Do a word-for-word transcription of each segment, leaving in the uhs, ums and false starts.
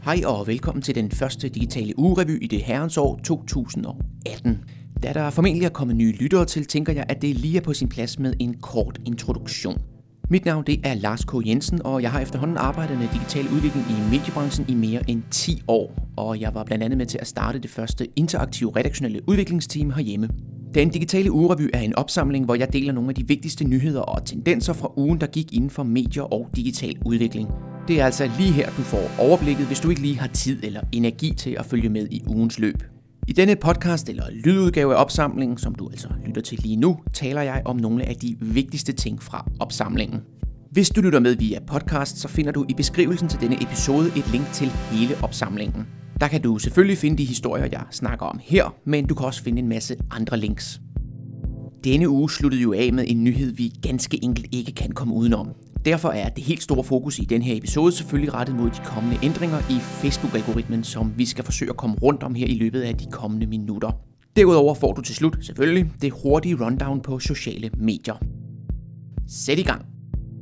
Hej og velkommen til den første digitale ugerevy i det herrens år to tusind atten. Da der formentlig er kommet nye lyttere til, tænker jeg, at det lige er på sin plads med en kort introduktion. Mit navn det er Lars K. Jensen, og jeg har efterhånden arbejdet med digital udvikling i mediebranchen i mere end ti år, og jeg var blandt andet med til at starte det første interaktive redaktionelle udviklingsteam herhjemme. Den digitale ugerevy er en opsamling, hvor jeg deler nogle af de vigtigste nyheder og tendenser fra ugen, der gik inden for medier og digital udvikling. Det er altså lige her, du får overblikket, hvis du ikke lige har tid eller energi til at følge med i ugens løb. I denne podcast eller lydudgave af opsamlingen, som du altså lytter til lige nu, taler jeg om nogle af de vigtigste ting fra opsamlingen. Hvis du lytter med via podcast, så finder du i beskrivelsen til denne episode et link til hele opsamlingen. Der kan du selvfølgelig finde de historier, jeg snakker om her, men du kan også finde en masse andre links. Denne uge sluttede jo af med en nyhed, vi ganske enkelt ikke kan komme udenom. Derfor er det helt store fokus i den her episode selvfølgelig rettet mod de kommende ændringer i Facebook-algoritmen, som vi skal forsøge at komme rundt om her i løbet af de kommende minutter. Derudover får du til slut selvfølgelig det hurtige rundown på sociale medier. Sæt i gang!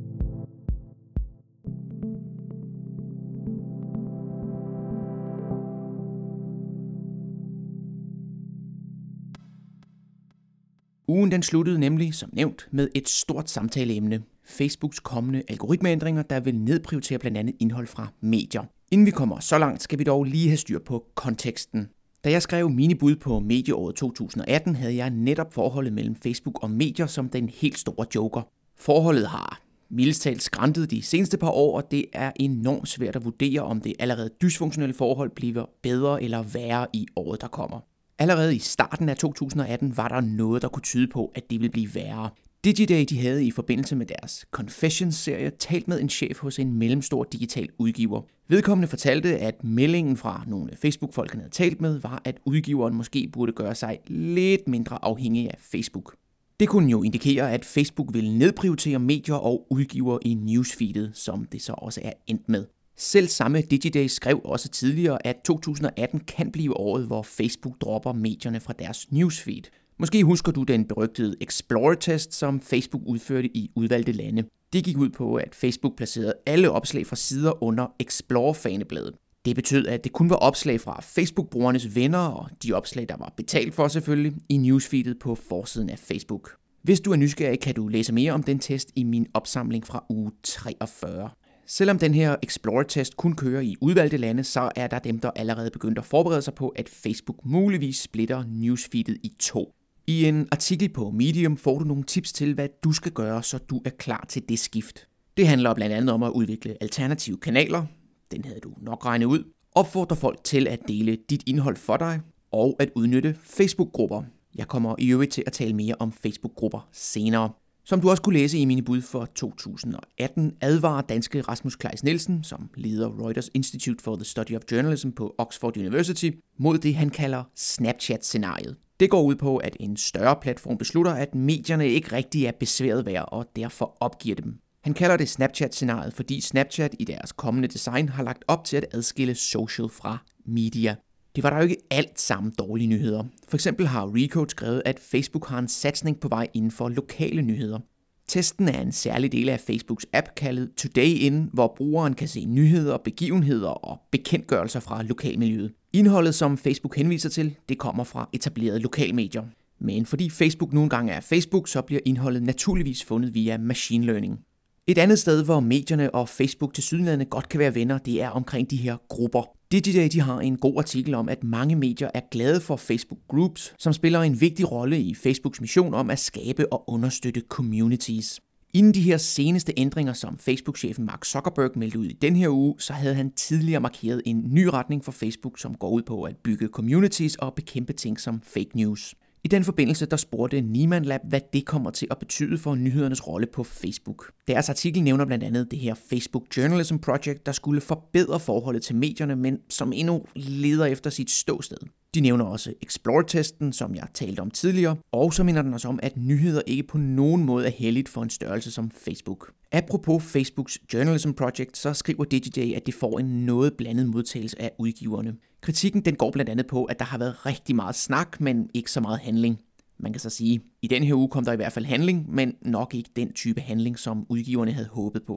Ugen den sluttede nemlig, som nævnt, med et stort samtaleemne. Facebooks kommende algoritmeændringer, der vil nedprioritere blandt andet indhold fra medier. Inden vi kommer så langt, skal vi dog lige have styr på konteksten. Da jeg skrev mine bud på medieåret to tusind atten, havde jeg netop forholdet mellem Facebook og medier som den helt store joker. Forholdet har mildest talt skrantet de seneste par år, og det er enormt svært at vurdere, om det allerede dysfunktionelle forhold bliver bedre eller værre i året, der kommer. Allerede i starten af to tusind atten var der noget, der kunne tyde på, at det ville blive værre. Digiday de havde i forbindelse med deres Confessions-serie talt med en chef hos en mellemstor digital udgiver. Vedkommende fortalte, at meldingen fra nogle Facebook-folk, han havde talt med, var, at udgiveren måske burde gøre sig lidt mindre afhængig af Facebook. Det kunne jo indikere, at Facebook ville nedprioritere medier og udgiver i newsfeedet, som det så også er endt med. Selv samme Digiday skrev også tidligere, at to tusind atten kan blive året, hvor Facebook dropper medierne fra deres newsfeed. Måske husker du den berygtede Explorer-test, som Facebook udførte i udvalgte lande. Det gik ud på, at Facebook placerede alle opslag fra sider under Explorer-fanebladet. Det betød, at det kun var opslag fra Facebook-brugernes venner og de opslag, der var betalt for selvfølgelig, i newsfeedet på forsiden af Facebook. Hvis du er nysgerrig, kan du læse mere om den test i min opsamling fra uge treogfyrre. Selvom den her Explorer-test kun kører i udvalgte lande, så er der dem, der allerede begyndt at forberede sig på, at Facebook muligvis splitter newsfeedet i to. I en artikel på Medium får du nogle tips til, hvad du skal gøre, så du er klar til det skift. Det handler blandt andet om at udvikle alternative kanaler, den havde du nok regnet ud, opfordre folk til at dele dit indhold for dig, og at udnytte Facebook-grupper. Jeg kommer i øvrigt til at tale mere om Facebook-grupper senere. Som du også kunne læse i mine bud for to tusind atten, advarer danske Rasmus Kleis Nielsen, som leder Reuters Institute for the Study of Journalism på Oxford University, mod det han kalder Snapchat-scenariet. Det går ud på, at en større platform beslutter, at medierne ikke rigtig er besværet værd og derfor opgiver dem. Han kalder det Snapchat-scenariet, fordi Snapchat i deres kommende design har lagt op til at adskille social fra media. Det var der jo ikke alt sammen dårlige nyheder. For eksempel har Recode skrevet, at Facebook har en satsning på vej inden for lokale nyheder. Testen er en særlig del af Facebooks app kaldet Today In, hvor brugeren kan se nyheder, begivenheder og bekendtgørelser fra lokalmiljøet. Indholdet, som Facebook henviser til, det kommer fra etablerede lokalmedier. Men fordi Facebook nogle gange er Facebook, så bliver indholdet naturligvis fundet via machine learning. Et andet sted, hvor medierne og Facebook tilsyneladende godt kan være venner, det er omkring de her grupper. Digiday de har en god artikel om, at mange medier er glade for Facebook Groups, som spiller en vigtig rolle i Facebooks mission om at skabe og understøtte communities. Inden de her seneste ændringer, som Facebook-chefen Mark Zuckerberg meldte ud i den her uge, så havde han tidligere markeret en ny retning for Facebook, som går ud på at bygge communities og bekæmpe ting som fake news. I den forbindelse der spurgte Nieman Lab, hvad det kommer til at betyde for nyhedernes rolle på Facebook. Deres artikel nævner blandt andet det her Facebook Journalism Project, der skulle forbedre forholdet til medierne, men som endnu leder efter sit ståsted. De nævner også Explorer-testen, som jeg talte om tidligere, og så minder den også om, at nyheder ikke på nogen måde er heldigt for en størrelse som Facebook. Apropos Facebooks Journalism Project, så skriver Digiday, at det får en noget blandet modtagelse af udgiverne. Kritikken den går blandt andet på, at der har været rigtig meget snak, men ikke så meget handling. Man kan så sige, at i den her uge kom der i hvert fald handling, men nok ikke den type handling, som udgiverne havde håbet på.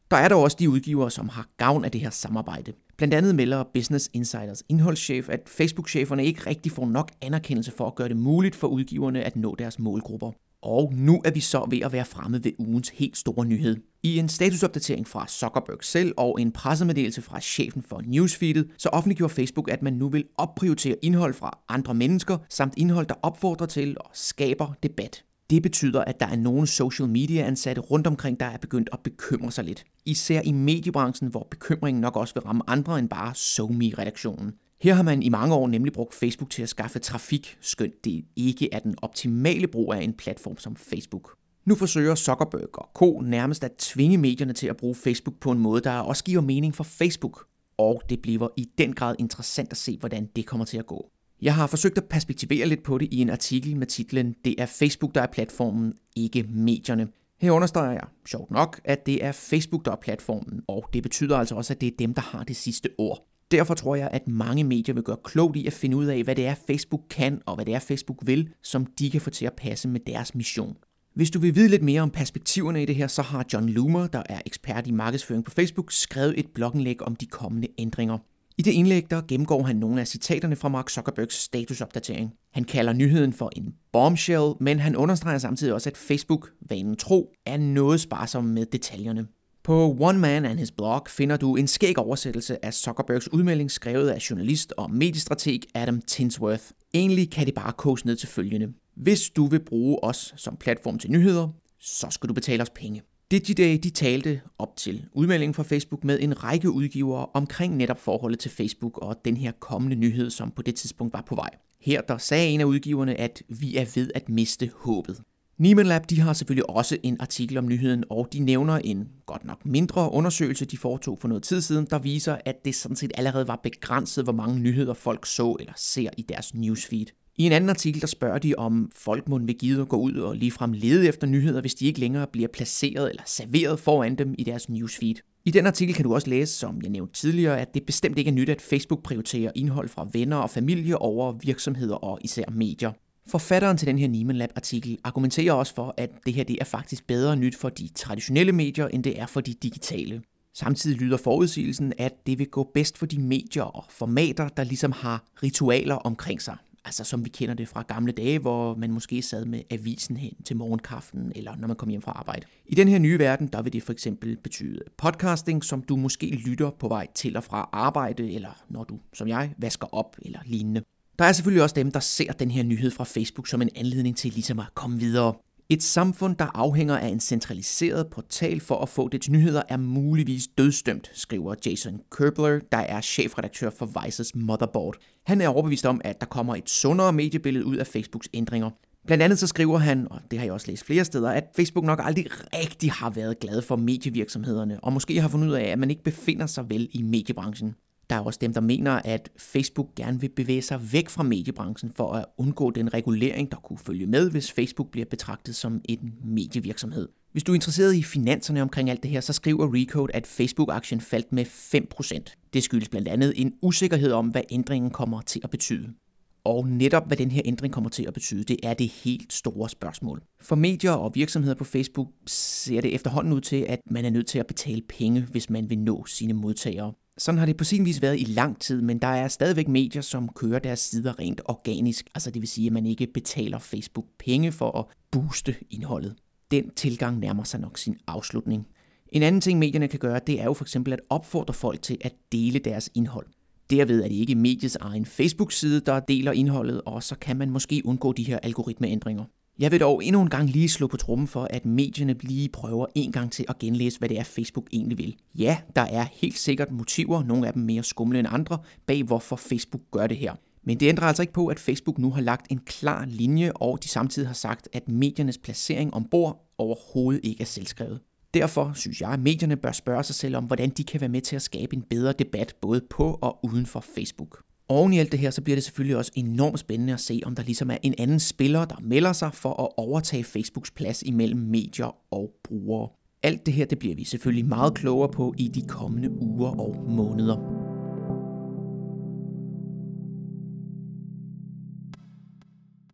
Der er dog også de udgivere, som har gavn af det her samarbejde. Blandt andet melder Business Insiders indholdschef, at Facebook-cheferne ikke rigtig får nok anerkendelse for at gøre det muligt for udgiverne at nå deres målgrupper. Og nu er vi så ved at være fremme ved ugens helt store nyhed. I en statusopdatering fra Zuckerberg selv og en pressemeddelelse fra chefen for newsfeedet, så offentliggjorde Facebook, at man nu vil opprioritere indhold fra andre mennesker, samt indhold, der opfordrer til og skaber debat. Det betyder, at der er nogle social media ansatte rundt omkring, der er begyndt at bekymre sig lidt. Især i mediebranchen, hvor bekymringen nok også vil ramme andre end bare SoMe-redaktionen. Her har man i mange år nemlig brugt Facebook til at skaffe trafik, skønt det ikke er den optimale brug af en platform som Facebook. Nu forsøger Zuckerberg og Co. nærmest at tvinge medierne til at bruge Facebook på en måde, der også giver mening for Facebook. Og det bliver i den grad interessant at se, hvordan det kommer til at gå. Jeg har forsøgt at perspektivere lidt på det i en artikel med titlen "Det er Facebook, der er platformen, ikke medierne". Her understreger jeg, sjovt nok, at det er Facebook, der er platformen, og det betyder altså også, at det er dem, der har det sidste ord. Derfor tror jeg, at mange medier vil gøre klogt i at finde ud af, hvad det er, Facebook kan, og hvad det er, Facebook vil, som de kan få til at passe med deres mission. Hvis du vil vide lidt mere om perspektiverne i det her, så har John Loomer, der er ekspert i markedsføring på Facebook, skrevet et blogindlæg om de kommende ændringer. I det indlæg der gennemgår han nogle af citaterne fra Mark Zuckerbergs statusopdatering. Han kalder nyheden for en bombshell, men han understreger samtidig også, at Facebook, vanen tro, er noget sparsom med detaljerne. På One Man and His Blog finder du en skæg oversættelse af Zuckerbergs udmelding skrevet af journalist og mediestrateg Adam Tinsworth. Egentlig kan det bare koges ned til følgende. Hvis du vil bruge os som platform til nyheder, så skal du betale os penge. Digiday de talte op til udmeldingen fra Facebook med en række udgivere omkring netop forholdet til Facebook og den her kommende nyhed, som på det tidspunkt var på vej. Her der sagde en af udgiverne, at vi er ved at miste håbet. Nieman Lab de har selvfølgelig også en artikel om nyheden, og de nævner en godt nok mindre undersøgelse, de foretog for noget tid siden, der viser, at det sådan set allerede var begrænset, hvor mange nyheder folk så eller ser i deres newsfeed. I en anden artikel, der spørger de, om folk må vil gide at gå ud og ligefrem lede efter nyheder, hvis de ikke længere bliver placeret eller serveret foran dem i deres newsfeed. I den artikel kan du også læse, som jeg nævnte tidligere, at det bestemt ikke er nyt, at Facebook prioriterer indhold fra venner og familie over virksomheder og især medier. Forfatteren til den her Nieman Lab-artikel argumenterer også for, at det her det er faktisk bedre nyt for de traditionelle medier, end det er for de digitale. Samtidig lyder forudsigelsen, at det vil gå bedst for de medier og formater, der ligesom har ritualer omkring sig. Altså som vi kender det fra gamle dage, hvor man måske sad med avisen hen til morgenkaffen, eller når man kom hjem fra arbejde. I den her nye verden, der vil det for eksempel betyde podcasting, som du måske lytter på vej til og fra arbejde, eller når du, som jeg, vasker op eller lignende. Der er selvfølgelig også dem, der ser den her nyhed fra Facebook som en anledning til ligesom at komme videre. Et samfund, der afhænger af en centraliseret portal for at få dets nyheder, er muligvis dødsdømt, skriver Jason Kerbler, der er chefredaktør for Vice's Motherboard. Han er overbevist om, at der kommer et sundere mediebillede ud af Facebooks ændringer. Blandt andet så skriver han, og det har jeg også læst flere steder, at Facebook nok aldrig rigtig har været glad for medievirksomhederne, og måske har fundet ud af, at man ikke befinder sig vel i mediebranchen. Der er også dem, der mener, at Facebook gerne vil bevæge sig væk fra mediebranchen for at undgå den regulering, der kunne følge med, hvis Facebook bliver betragtet som en medievirksomhed. Hvis du er interesseret i finanserne omkring alt det her, så skriver Recode, at Facebook-aktien faldt med fem procent. Det skyldes blandt andet en usikkerhed om, hvad ændringen kommer til at betyde. Og netop hvad den her ændring kommer til at betyde, det er det helt store spørgsmål. For medier og virksomheder på Facebook ser det efterhånden ud til, at man er nødt til at betale penge, hvis man vil nå sine modtagere. Sådan har det på sin vis været i lang tid, men der er stadigvæk medier, som kører deres sider rent organisk. Altså det vil sige, at man ikke betaler Facebook penge for at booste indholdet. Den tilgang nærmer sig nok sin afslutning. En anden ting, medierne kan gøre, det er jo for eksempel at opfordre folk til at dele deres indhold. Derved er det ikke mediets egen Facebook-side, der deler indholdet, og så kan man måske undgå de her algoritmeændringer. Jeg vil dog endnu en gang lige slå på trommen for, at medierne lige prøver en gang til at genlæse, hvad det er, Facebook egentlig vil. Ja, der er helt sikkert motiver, nogle af dem mere skumle end andre, bag hvorfor Facebook gør det her. Men det ændrer altså ikke på, at Facebook nu har lagt en klar linje, og de samtidig har sagt, at mediernes placering ombord overhovedet ikke er selvskrevet. Derfor synes jeg, at medierne bør spørge sig selv om, hvordan de kan være med til at skabe en bedre debat både på og uden for Facebook. Oven i alt det her, så bliver det selvfølgelig også enormt spændende at se, om der ligesom er en anden spiller, der melder sig for at overtage Facebooks plads imellem medier og brugere. Alt det her, det bliver vi selvfølgelig meget klogere på i de kommende uger og måneder.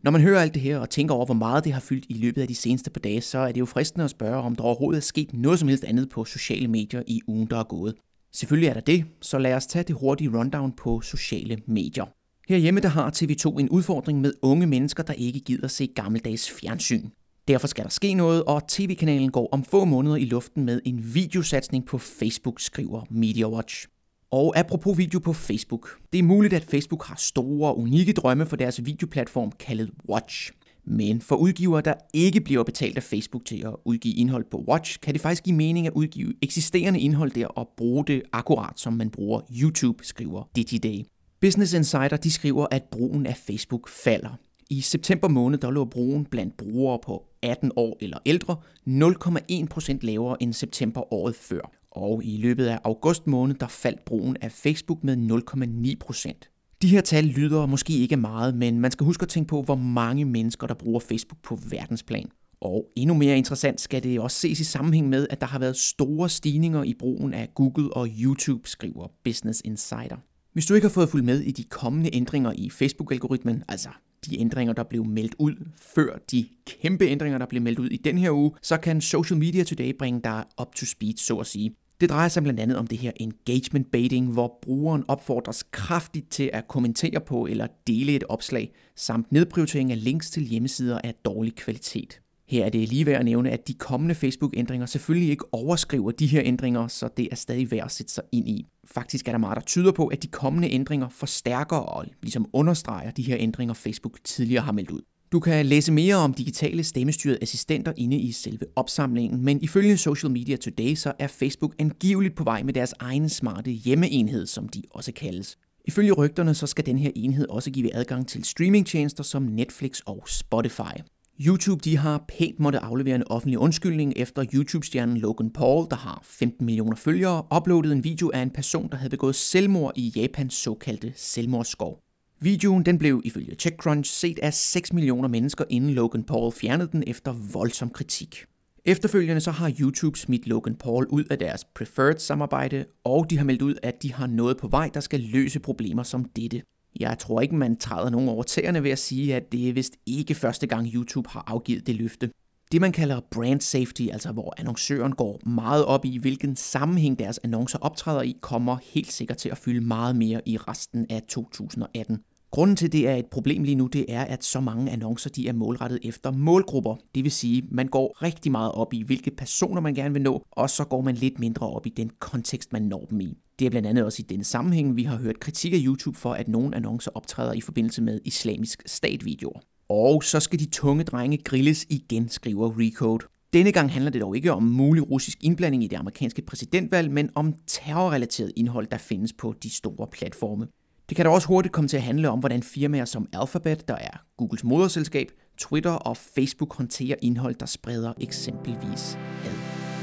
Når man hører alt det her og tænker over, hvor meget det har fyldt i løbet af de seneste par dage, så er det jo fristende at spørge, om der overhovedet er sket noget som helst andet på sociale medier i ugen, der er gået. Selvfølgelig er der det, så lad os tage det hurtige rundown på sociale medier. Herhjemme der har T V to en udfordring med unge mennesker, der ikke gider se gammeldags fjernsyn. Derfor skal der ske noget, og T V-kanalen går om få måneder i luften med en videosatsning på Facebook, skriver MediaWatch. Og apropos video på Facebook. Det er muligt, at Facebook har store, unikke drømme for deres videoplatform kaldet Watch. Men for udgivere, der ikke bliver betalt af Facebook til at udgive indhold på Watch, kan det faktisk give mening at udgive eksisterende indhold der og bruge det akkurat som man bruger YouTube, skriver Digiday. Business Insider de skriver, at brugen af Facebook falder. I september måned der lå brugen blandt brugere på atten år eller ældre nul komma en procent lavere end september året før. Og i løbet af august måned der faldt brugen af Facebook med nul komma ni procent. De her tal lyder måske ikke meget, men man skal huske at tænke på, hvor mange mennesker der bruger Facebook på verdensplan. Og endnu mere interessant skal det også ses i sammenhæng med, at der har været store stigninger i brugen af Google og YouTube, skriver Business Insider. Hvis du ikke har fået fulgt med i de kommende ændringer i Facebook-algoritmen, altså de ændringer, der blev meldt ud før de kæmpe ændringer, der blev meldt ud i den her uge, så kan Social Media Today bringe dig up to speed, så at sige. Det drejer sig blandt andet om det her engagement baiting, hvor brugeren opfordres kraftigt til at kommentere på eller dele et opslag, samt nedprioritering af links til hjemmesider af dårlig kvalitet. Her er det lige værd at nævne, at de kommende Facebook-ændringer selvfølgelig ikke overskriver de her ændringer, så det er stadig værd at sætte sig ind i. Faktisk er der meget, der tyder på, at de kommende ændringer forstærker og ligesom understreger de her ændringer, Facebook tidligere har meldt ud. Du kan læse mere om digitale stemmestyrede assistenter inde i selve opsamlingen, men ifølge Social Media Today så er Facebook angiveligt på vej med deres egen smarte hjemmeenhed, som de også kaldes. Ifølge rygterne så skal den her enhed også give adgang til streamingtjenester som Netflix og Spotify. YouTube de har pænt måtte aflevere en offentlig undskyldning efter YouTube-stjernen Logan Paul, der har femten millioner følgere, uploadede en video af en person, der havde begået selvmord i Japans såkaldte selvmordsskov. Videoen den blev ifølge TechCrunch set af seks millioner mennesker, inden Logan Paul fjernede den efter voldsom kritik. Efterfølgende så har YouTube smidt Logan Paul ud af deres preferred samarbejde, og de har meldt ud, at de har noget på vej, der skal løse problemer som dette. Jeg tror ikke, man træder nogen over tæerne ved at sige, at det er vist ikke første gang YouTube har afgivet det løfte. Det man kalder brand safety, altså hvor annoncøren går meget op i, hvilken sammenhæng deres annoncer optræder i, kommer helt sikkert til at fylde meget mere i resten af to tusind og atten. Grunden til det er et problem lige nu, det er, at så mange annoncer de er målrettet efter målgrupper. Det vil sige, man går rigtig meget op i, hvilke personer man gerne vil nå, og så går man lidt mindre op i den kontekst, man når dem i. Det er blandt andet også i denne sammenhæng, vi har hørt kritik af YouTube for, at nogle annoncer optræder i forbindelse med islamisk stat-videoer. Og så skal de tunge drenge grilles igen, skriver Recode. Denne gang handler det dog ikke om mulig russisk indblanding i det amerikanske præsidentvalg, men om terrorrelateret indhold, der findes på de store platforme. Det kan da også hurtigt komme til at handle om, hvordan firmaer som Alphabet, der er Googles moderselskab, Twitter og Facebook håndterer indhold, der spreder eksempelvis had.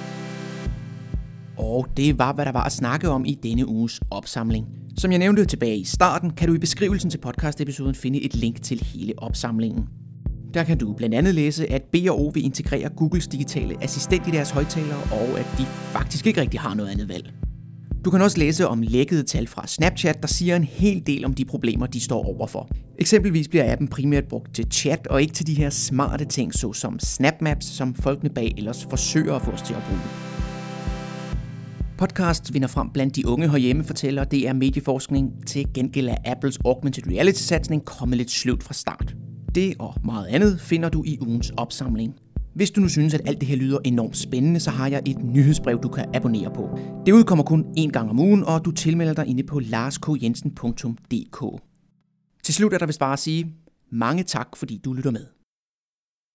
Og det var, hvad der var at snakke om i denne uges opsamling. Som jeg nævnte tilbage i starten, kan du i beskrivelsen til podcast-episoden finde et link til hele opsamlingen. Der kan du blandt andet læse, at B og O vil integrere Googles digitale assistent i deres højttalere, og at de faktisk ikke rigtig har noget andet valg. Du kan også læse om lækkede tal fra Snapchat, der siger en hel del om de problemer, de står overfor. Eksempelvis bliver appen primært brugt til chat og ikke til de her smarte ting, såsom SnapMaps, som folkene bag ellers forsøger at få os til at bruge. Podcast vinder frem blandt de unge herhjemme, fortæller D R Medieforskning. Til gengæld er Apples augmented reality-satsning kommet lidt sløvt fra start. Det og meget andet finder du i ugens opsamling. Hvis du nu synes, at alt det her lyder enormt spændende, så har jeg et nyhedsbrev, du kan abonnere på. Det udkommer kun én gang om ugen, og du tilmelder dig inde på lars k jensen punktum d k. Til slut er der vist bare at sige mange tak, fordi du lytter med.